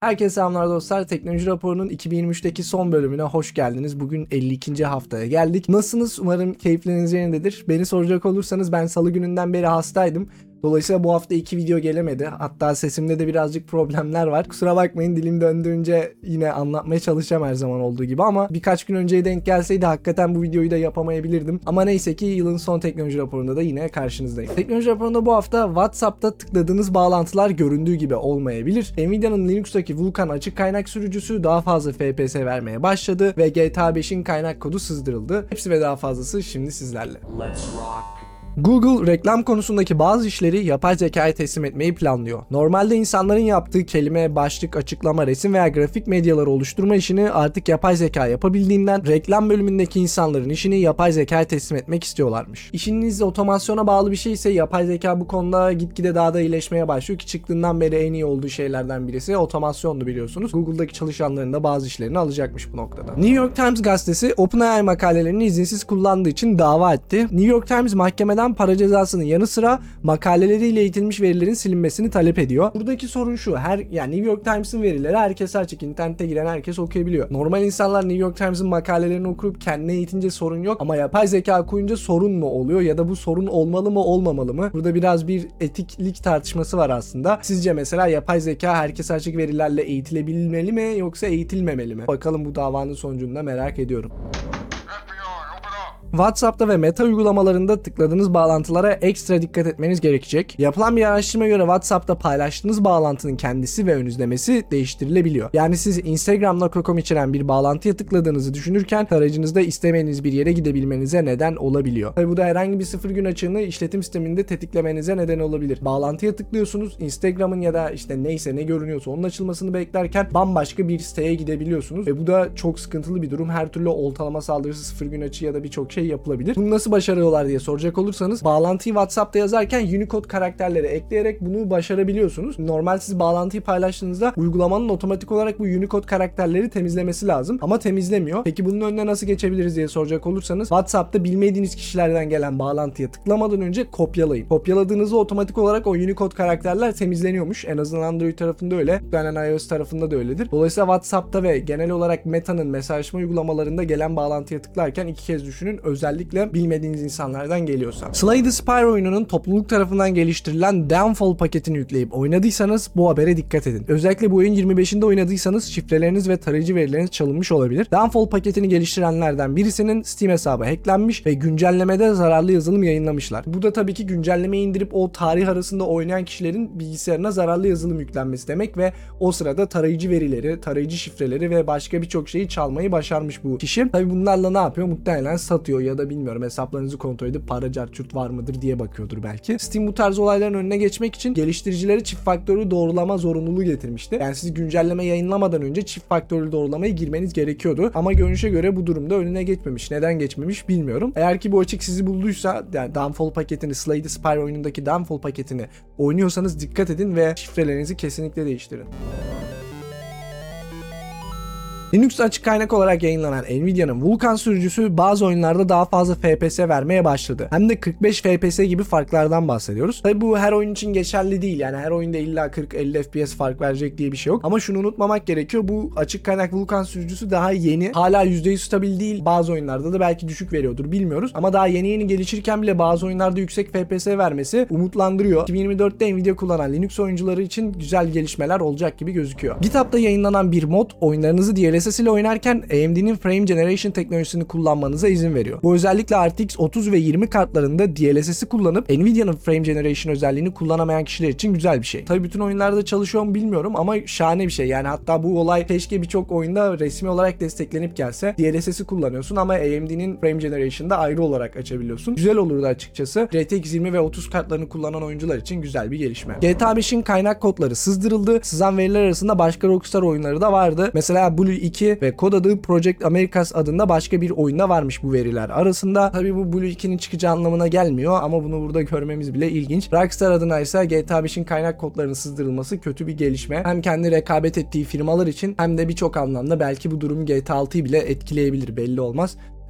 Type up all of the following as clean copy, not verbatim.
Herkese selamlar dostlar. Teknoloji Raporu'nun 2023'teki son bölümüne hoş geldiniz. Bugün 52. haftaya geldik. Nasılsınız? Umarım keyifleriniz yerindedir. Beni soracak olursanız ben salı gününden beri hastaydım. Dolayısıyla bu hafta 2 video gelemedi. Hatta sesimde de birazcık problemler var. Kusura bakmayın, dilim döndüğünce yine anlatmaya çalışacağım her zaman olduğu gibi. Ama birkaç gün önceye denk gelseydi hakikaten bu videoyu da yapamayabilirdim. Ama neyse ki yılın son teknoloji raporunda da yine karşınızdayım. Teknoloji raporunda bu hafta WhatsApp'ta tıkladığınız bağlantılar göründüğü gibi olmayabilir. Nvidia'nın Linux'taki Vulkan açık kaynak sürücüsü daha fazla FPS vermeye başladı ve GTA 5'in kaynak kodu sızdırıldı. Hepsi ve daha fazlası şimdi sizlerle. Let's rock. Google reklam konusundaki bazı işleri yapay zekaya teslim etmeyi planlıyor. Normalde insanların yaptığı kelime, başlık, açıklama, resim veya grafik medyaları oluşturma işini artık yapay zeka yapabildiğinden reklam bölümündeki insanların işini yapay zekaya teslim etmek istiyorlarmış. İşiniz otomasyona bağlı bir şey ise yapay zeka bu konuda gitgide daha da iyileşmeye başlıyor ki çıktığından beri en iyi olduğu şeylerden birisi otomasyondu biliyorsunuz. Google'daki çalışanların da bazı işlerini alacakmış bu noktada. New York Times gazetesi OpenAI makalelerini izinsiz kullandığı için dava etti. New York Times mahkemeden para cezasının yanı sıra makaleleriyle eğitilmiş verilerin silinmesini talep ediyor. Buradaki sorun şu: yani New York Times'ın verileri herkes açık, internete giren herkes okuyabiliyor. Normal insanlar New York Times'ın makalelerini okuyup kendine eğitince sorun yok ama yapay zeka koyunca sorun mu oluyor ya da bu sorun olmalı mı olmamalı mı? Burada biraz bir etiklik tartışması var aslında. Sizce mesela yapay zeka herkes açık verilerle eğitilebilmeli mi yoksa eğitilmemeli mi? Bakalım bu davanın sonucunu merak ediyorum. WhatsApp'ta ve Meta uygulamalarında tıkladığınız bağlantılara ekstra dikkat etmeniz gerekecek. Yapılan bir araştırma göre WhatsApp'ta paylaştığınız bağlantının kendisi ve ön izlemesi değiştirilebiliyor. Yani siz Instagram.com içeren bir bağlantıya tıkladığınızı düşünürken tarayıcınızda istemediğiniz bir yere gidebilmenize neden olabiliyor. Tabi bu da herhangi bir sıfır gün açığını işletim sisteminde tetiklemenize neden olabilir. Bağlantıya tıklıyorsunuz, Instagram'ın ya da işte neyse ne görünüyorsa onun açılmasını beklerken bambaşka bir siteye gidebiliyorsunuz ve bu da çok sıkıntılı bir durum. Her türlü oltalama saldırısı, sıfır gün açığı ya da birçok şey yapılabilir. Bunu nasıl başarıyorlar diye soracak olursanız bağlantıyı WhatsApp'ta yazarken Unicode karakterleri ekleyerek bunu başarabiliyorsunuz. Normal siz bağlantıyı paylaştığınızda uygulamanın otomatik olarak bu Unicode karakterleri temizlemesi lazım ama temizlemiyor. Peki bunun önüne nasıl geçebiliriz diye soracak olursanız WhatsApp'ta bilmediğiniz kişilerden gelen bağlantıya tıklamadan önce kopyalayın. Kopyaladığınızda otomatik olarak o Unicode karakterler temizleniyormuş. En azından Android tarafında öyle. Yani iOS tarafında da öyledir. Dolayısıyla WhatsApp'ta ve genel olarak Meta'nın mesajlaşma uygulamalarında gelen bağlantıya tıklarken iki kez düşünün. Özellikle bilmediğiniz insanlardan geliyorsa. Slay the Spire oyununun topluluk tarafından geliştirilen Downfall paketini yükleyip oynadıysanız bu habere dikkat edin. Özellikle bu oyun 25'inde oynadıysanız şifreleriniz ve tarayıcı verileriniz çalınmış olabilir. Downfall paketini geliştirenlerden birisinin Steam hesabı hacklenmiş ve güncellemede zararlı yazılım yayınlamışlar. Bu da tabii ki güncellemeyi indirip o tarih arasında oynayan kişilerin bilgisayarına zararlı yazılım yüklenmesi demek ve o sırada tarayıcı verileri, tarayıcı şifreleri ve başka birçok şeyi çalmayı başarmış bu kişi. Tabii bunlarla ne yapıyor? Muhtemelen satıyor ya da bilmiyorum, hesaplarınızı kontrol edip para carçurt var mıdır diye bakıyordur belki. Steam bu tarz olayların önüne geçmek için geliştiricileri çift faktörlü doğrulama zorunluluğu getirmişti. Yani siz güncelleme yayınlamadan önce çift faktörlü doğrulamaya girmeniz gerekiyordu. Ama görünüşe göre bu durumda önüne geçmemiş. Neden geçmemiş bilmiyorum. Eğer ki bu açık sizi bulduysa, yani Downfall paketini, Slay the Spire oyunundaki Downfall paketini oynuyorsanız dikkat edin ve şifrelerinizi kesinlikle değiştirin. Linux açık kaynak olarak yayınlanan Nvidia'nın Vulkan sürücüsü bazı oyunlarda daha fazla FPS vermeye başladı. Hem de 45 FPS gibi farklardan bahsediyoruz. Tabi bu her oyun için geçerli değil. Yani her oyunda illa 40-50 FPS fark verecek diye bir şey yok. Ama şunu unutmamak gerekiyor. Bu açık kaynak Vulkan sürücüsü daha yeni. Hala %100 stabil değil. Bazı oyunlarda da belki düşük veriyordur, bilmiyoruz. Ama daha yeni gelişirken bile bazı oyunlarda yüksek FPS vermesi umutlandırıyor. 2024'te Nvidia kullanan Linux oyuncuları için güzel gelişmeler olacak gibi gözüküyor. GitHub'da yayınlanan bir mod oyunlarınızı DLSS ile oynarken AMD'nin Frame Generation teknolojisini kullanmanıza izin veriyor. Bu özellikle RTX 30 ve 20 kartlarında DLSS'i kullanıp Nvidia'nın Frame Generation özelliğini kullanamayan kişiler için güzel bir şey. Tabii bütün oyunlarda çalışıyor mu bilmiyorum ama şahane bir şey. Yani hatta bu olay keşke birçok oyunda resmi olarak desteklenip gelse. DLSS'i kullanıyorsun ama AMD'nin Frame Generation'da ayrı olarak açabiliyorsun. Güzel olurdu açıkçası. RTX 20 ve 30 kartlarını kullanan oyuncular için güzel bir gelişme. GTA 5'in kaynak kodları sızdırıldı. Sızan veriler arasında başka Rockstar oyunları da vardı. Mesela Blue 2 ve kod adı Project Americas adında başka bir oyunda varmış bu veriler arasında. Tabii bu Blue 2'nin çıkacağı anlamına gelmiyor ama bunu burada görmemiz bile ilginç. Rockstar adına ise GTA 5'in kaynak kodlarının sızdırılması kötü bir gelişme. Hem kendi rekabet ettiği firmalar için hem de birçok anlamda belki bu durum GTA 6'yı bile etkileyebilir, belli olmaz.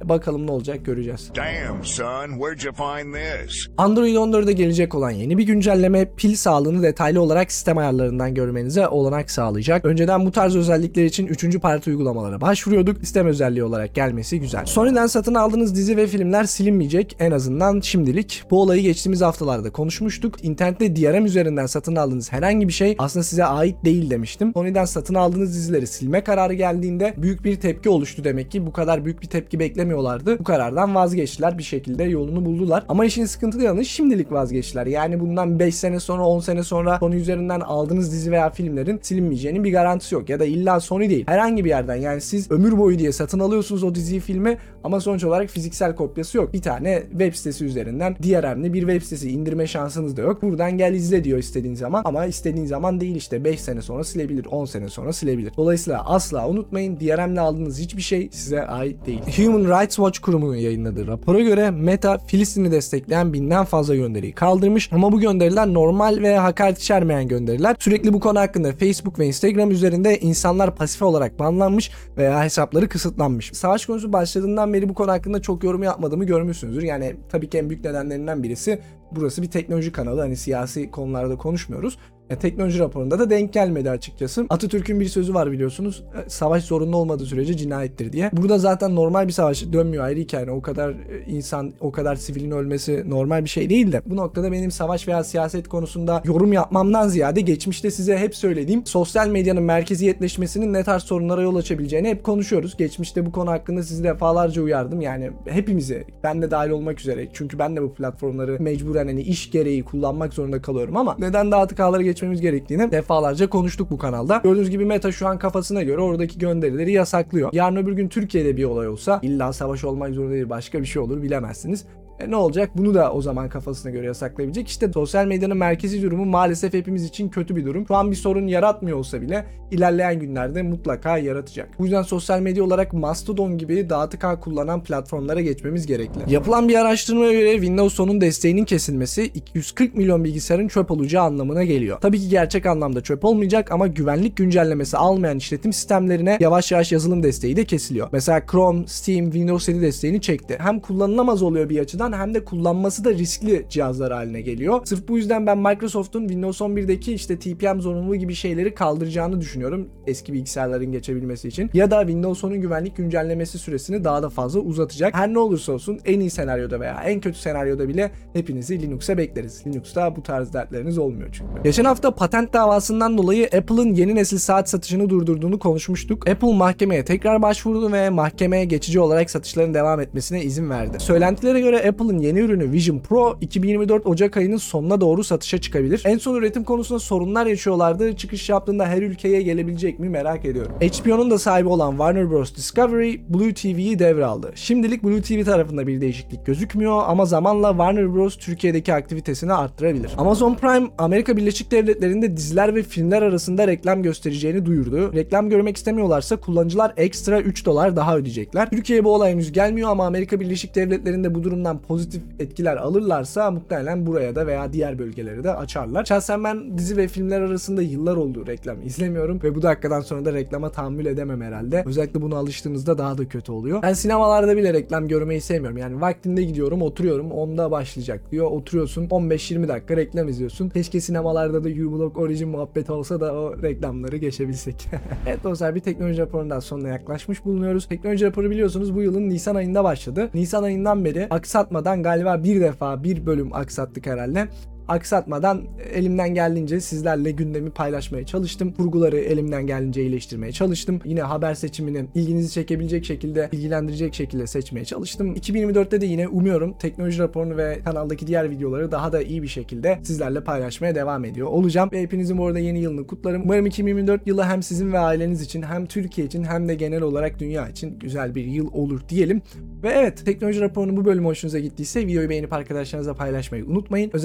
Bakalım ne olacak, göreceğiz. Damn, son, where'd you find this? Android 14'e gelecek olan yeni bir güncelleme pil sağlığını detaylı olarak sistem ayarlarından görmenize olanak sağlayacak. Önceden bu tarz özellikler için 3. parti uygulamalara başvuruyorduk. Sistem özelliği olarak gelmesi güzel. Sony'den satın aldığınız dizi ve filmler silinmeyecek, en azından şimdilik. Bu olayı geçtiğimiz haftalarda konuşmuştuk. İnternette DRM üzerinden satın aldığınız herhangi bir şey aslında size ait değil demiştim. Sony'den satın aldığınız dizileri silme kararı geldiğinde büyük bir tepki oluştu demek ki. Bu kadar büyük bir tepki beklemiyorlardı. Bu karardan vazgeçtiler. Bir şekilde yolunu buldular. Ama işin sıkıntılı yanı şimdilik vazgeçtiler. Yani bundan 5 sene sonra 10 sene sonra Sony üzerinden aldığınız dizi veya filmlerin silinmeyeceğinin bir garantisi yok. Ya da illa Sony değil, herhangi bir yerden, yani siz ömür boyu diye satın alıyorsunuz o diziyi, filmi, ama sonuç olarak fiziksel kopyası yok. Bir tane web sitesi üzerinden DRM'li bir web sitesi indirme şansınız da yok. Buradan gel izle diyor istediğin zaman, ama istediğin zaman değil, işte 5 sene sonra silebilir, 10 sene sonra silebilir. Dolayısıyla asla unutmayın, DRM'le aldığınız hiçbir şey size ait değil. Human Rights Watch kurumunun yayınladığı rapora göre Meta Filistin'i destekleyen binden fazla gönderiyi kaldırmış, ama bu gönderiler normal ve hakaret içermeyen gönderiler. Sürekli bu konu hakkında Facebook ve Instagram üzerinde insanlar pasif olarak banlanmış veya hesapları kısıtlanmış. Savaş konusu başladığından beri bu konu hakkında çok yorum yapmadığımı görmüşsünüzdür. Yani tabii ki en büyük nedenlerinden birisi, burası bir teknoloji kanalı, hani siyasi konularda konuşmuyoruz. Teknoloji raporunda da denk gelmedi açıkçası. Atatürk'ün bir sözü var biliyorsunuz. Savaş zorunlu olmadığı sürece cinayettir diye. Burada zaten normal bir savaş dönmüyor, ayrı hikaye. O kadar insan, o kadar sivilin ölmesi normal bir şey değil de, bu noktada benim savaş veya siyaset konusunda yorum yapmamdan ziyade geçmişte size hep söylediğim sosyal medyanın merkeziyetleşmesinin ne tarz sorunlara yol açabileceğini hep konuşuyoruz. Geçmişte bu konu hakkında sizi defalarca uyardım. Yani hepimizi, ben de dahil olmak üzere. Çünkü ben de bu platformları mecburen hani iş gereği kullanmak zorunda kalıyorum, ama neden daha tık ağları geçmemiz gerektiğini defalarca konuştuk bu kanalda. Gördüğünüz gibi Meta şu an kafasına göre oradaki gönderileri yasaklıyor. Yarın öbür gün Türkiye'de bir olay olsa, illa savaş olmak zorunda değil, başka bir şey olur, bilemezsiniz. Ne olacak? Bunu da o zaman kafasına göre yasaklayabilecek. İşte sosyal medyanın merkezi durumu maalesef hepimiz için kötü bir durum. Şu an bir sorun yaratmıyor olsa bile ilerleyen günlerde mutlaka yaratacak. Bu yüzden sosyal medya olarak Mastodon gibi dağıtık ağ kullanan platformlara geçmemiz gerekli. Yapılan bir araştırmaya göre Windows 10'un desteğinin kesilmesi 240 milyon bilgisayarın çöp olacağı anlamına geliyor. Tabii ki gerçek anlamda çöp olmayacak, ama güvenlik güncellemesi almayan işletim sistemlerine yavaş yavaş yazılım desteği de kesiliyor. Mesela Chrome, Steam, Windows 7 desteğini çekti. Hem kullanılamaz oluyor bir açıdan, hem de kullanması da riskli cihazlar haline geliyor. Sırf bu yüzden ben Microsoft'un Windows 11'deki işte TPM zorunluluğu gibi şeyleri kaldıracağını düşünüyorum, eski bilgisayarların geçebilmesi için. Ya da Windows 10'un güvenlik güncellemesi süresini daha da fazla uzatacak. Her ne olursa olsun, en iyi senaryoda veya en kötü senaryoda bile hepinizi Linux'a bekleriz. Linux'ta bu tarz dertleriniz olmuyor çünkü. Geçen hafta patent davasından dolayı Apple'ın yeni nesil saat satışını durdurduğunu konuşmuştuk. Apple mahkemeye tekrar başvurdu ve mahkemeye geçici olarak satışların devam etmesine izin verdi. Söylentilere göre Apple'ın yeni ürünü Vision Pro 2024 Ocak ayının sonuna doğru satışa çıkabilir. En son üretim konusunda sorunlar yaşıyorlardı. Çıkış yaptığında her ülkeye gelebilecek mi merak ediyorum. HBO'nun da sahibi olan Warner Bros. Discovery, Blue TV'yi devraldı. Şimdilik Blue TV tarafında bir değişiklik gözükmüyor, ama zamanla Warner Bros. Türkiye'deki aktivitesini arttırabilir. Amazon Prime, Amerika Birleşik Devletleri'nde diziler ve filmler arasında reklam göstereceğini duyurdu. Reklam görmek istemiyorlarsa kullanıcılar ekstra $3 daha ödeyecekler. Türkiye'ye bu olay henüz gelmiyor, ama Amerika Birleşik Devletleri'nde bu durumdan pozitif etkiler alırlarsa muhtemelen buraya da veya diğer bölgeleri de açarlar. Şahsen ben dizi ve filmler arasında yıllar oldu reklam izlemiyorum ve bu dakikadan sonra da reklama tahammül edemem herhalde. Özellikle buna alıştığınızda daha da kötü oluyor. Ben sinemalarda bile reklam görmeyi sevmiyorum. Yani vaktinde gidiyorum, oturuyorum, 10'da başlayacak diyor. Oturuyorsun 15-20 dakika reklam izliyorsun. Keşke sinemalarda da uBlock Origin muhabbeti olsa da o reklamları geçebilsek. Evet dostlar, bir teknoloji raporundan sonuna yaklaşmış bulunuyoruz. Teknoloji raporu biliyorsunuz bu yılın Nisan ayında başladı. Nisan ayından beri aksatmadan, galiba bir defa bir bölüm aksattık herhalde. Aksatmadan elimden geldiğince sizlerle gündemi paylaşmaya çalıştım. Kurguları elimden geldiğince iyileştirmeye çalıştım. Yine haber seçimini ilginizi çekebilecek şekilde, ilgilendirecek şekilde seçmeye çalıştım. 2024'te de yine umuyorum teknoloji raporunu ve kanaldaki diğer videoları daha da iyi bir şekilde sizlerle paylaşmaya devam ediyor olacağım. Ve hepinizin bu arada yeni yılını kutlarım. Umarım 2024 yılı hem sizin ve aileniz için, hem Türkiye için, hem de genel olarak dünya için güzel bir yıl olur diyelim. Ve evet, teknoloji raporunun bu bölümü hoşunuza gittiyse videoyu beğenip arkadaşlarınızla paylaşmayı unutmayın. Özellikle teknoloji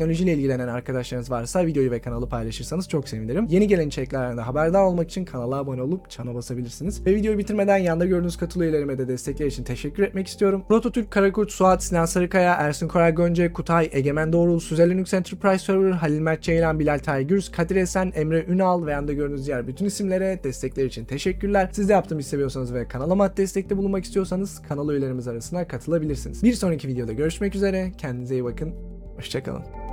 teknolojiyle ilgilenen arkadaşlarınız varsa videoyu ve kanalı paylaşırsanız çok sevinirim. Yeni gelen içeriklerden de haberdar olmak için kanala abone olup çana basabilirsiniz. Ve videoyu bitirmeden yanda gördüğünüz katıl üyelerime de destekler için teşekkür etmek istiyorum. Prototürk, Karakurt, Suat, Sinan Sarıkaya, Ersin Koray Gönce, Kutay, Egemen Doğrul, Süzel Linux Enterprise Server, Halil Mert Ceylan, Bilal Taygürs, Kadir Esen, Emre Ünal ve yanda gördüğünüz diğer bütün isimlere destekler için teşekkürler. Siz de yaptığımı seviyorsanız ve kanalıma destekte bulunmak istiyorsanız kanal üyelerimiz arasına katılabilirsiniz. Bir sonraki videoda görüşmek üzere. Kendinize iyi bakın. Hoşçakalın.